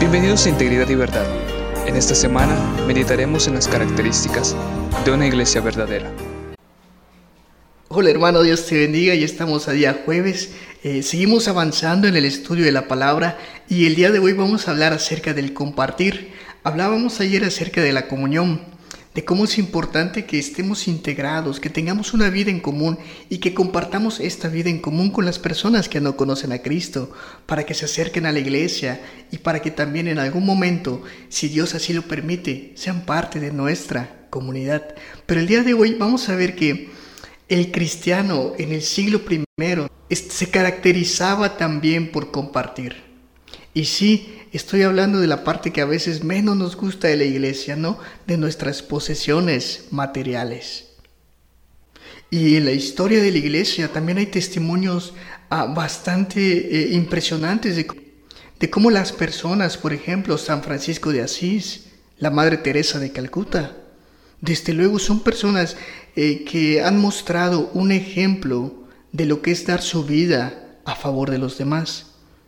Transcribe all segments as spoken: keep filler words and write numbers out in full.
Bienvenidos a Integridad y Verdad. En esta semana meditaremos en las características de una iglesia verdadera. Hola hermano, Dios te bendiga. Ya estamos a día jueves. Eh, seguimos avanzando en el estudio de la palabra y el día de hoy vamos a hablar acerca del compartir. Hablábamos ayer acerca de la comunión, de cómo es importante que estemos integrados, que tengamos una vida en común y que compartamos esta vida en común con las personas que no conocen a Cristo, para que se acerquen a la iglesia y para que también en algún momento, si Dios así lo permite, sean parte de nuestra comunidad. Pero el día de hoy vamos a ver que el cristiano en el siglo primero se caracterizaba también por compartir. Y sí, estoy hablando de la parte que a veces menos nos gusta de la iglesia, ¿no? De nuestras posesiones materiales. Y en la historia de la iglesia también hay testimonios ah, bastante eh, impresionantes de, de cómo las personas, por ejemplo, San Francisco de Asís, la Madre Teresa de Calcuta, desde luego son personas eh, que han mostrado un ejemplo de lo que es dar su vida a favor de los demás.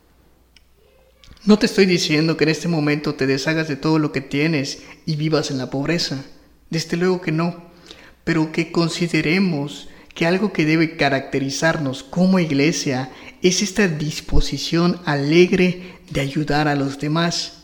No te estoy diciendo que en este momento te deshagas de todo lo que tienes y vivas en la pobreza. Desde luego que no. Pero que consideremos que algo que debe caracterizarnos como iglesia es esta disposición alegre de ayudar a los demás.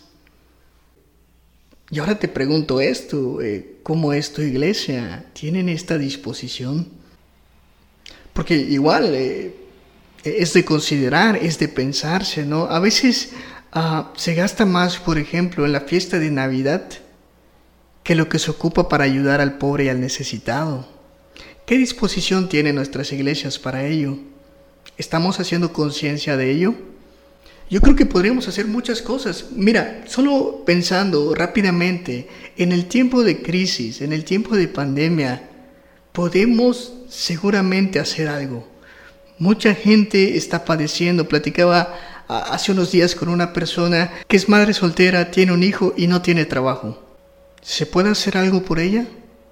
Y ahora te pregunto esto, eh, ¿cómo es tu iglesia? ¿Tienen esta disposición? Porque igual eh, es de considerar, es de pensarse, ¿no? A veces Uh, se gasta más, por ejemplo, en la fiesta de Navidad que lo que se ocupa para ayudar al pobre y al necesitado. ¿Qué disposición tienen nuestras iglesias para ello? ¿Estamos haciendo conciencia de ello? Yo creo que podríamos hacer muchas cosas. Mira, solo pensando rápidamente, en el tiempo de crisis, en el tiempo de pandemia, podemos seguramente hacer algo. Mucha gente está padeciendo. Platicaba hace unos días con una persona que es madre soltera, tiene un hijo y no tiene trabajo. ¿Se puede hacer algo por ella?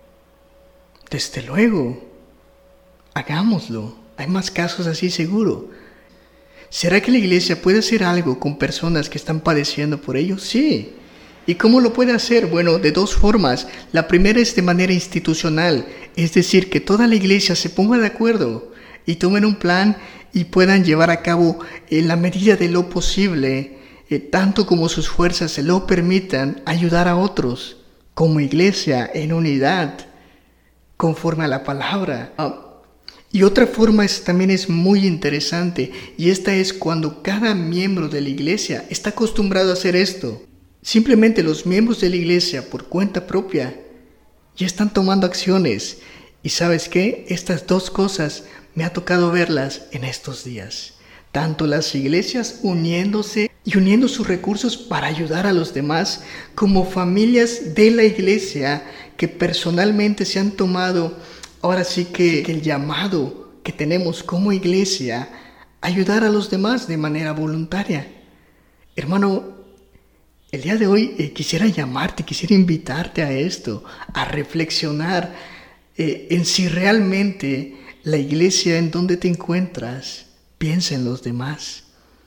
Desde luego. Hagámoslo. Hay más casos así seguro. ¿Será que la iglesia puede hacer algo con personas que están padeciendo por ello? Sí. ¿Y cómo lo puede hacer? Bueno, de dos formas. La primera es de manera institucional, es decir, que toda la iglesia se ponga de acuerdo y tomen un plan y puedan llevar a cabo en la medida de lo posible, eh, tanto como sus fuerzas se lo permitan, ayudar a otros como iglesia en unidad, conforme a la palabra. Ah, y otra forma es, también es muy interesante, y esta es cuando cada miembro de la iglesia está acostumbrado a hacer esto. Simplemente los miembros de la iglesia, por cuenta propia, ya están tomando acciones. Y ¿sabes qué? Estas dos cosas me ha tocado verlas en estos días. Tanto las iglesias uniéndose y uniendo sus recursos para ayudar a los demás, como familias de la iglesia que personalmente se han tomado, ahora sí que el llamado que tenemos como iglesia, ayudar a los demás de manera voluntaria. Hermano, el día de hoy eh, quisiera llamarte, quisiera invitarte a esto, a reflexionar eh, en si realmente la iglesia en donde te encuentras piensa en los demás.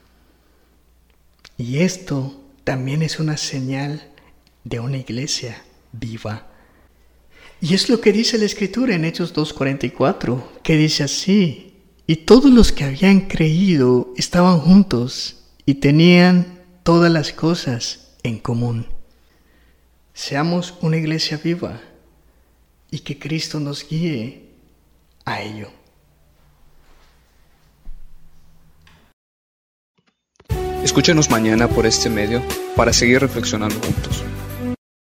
Y esto también es una señal de una iglesia viva. Y es lo que dice la Escritura en Hechos dos cuarenta y cuatro, que dice así: y todos los que habían creído estaban juntos y tenían todas las cosas en común. Seamos una iglesia viva y que Cristo nos guíe a ello. Escúchanos mañana por este medio para seguir reflexionando juntos.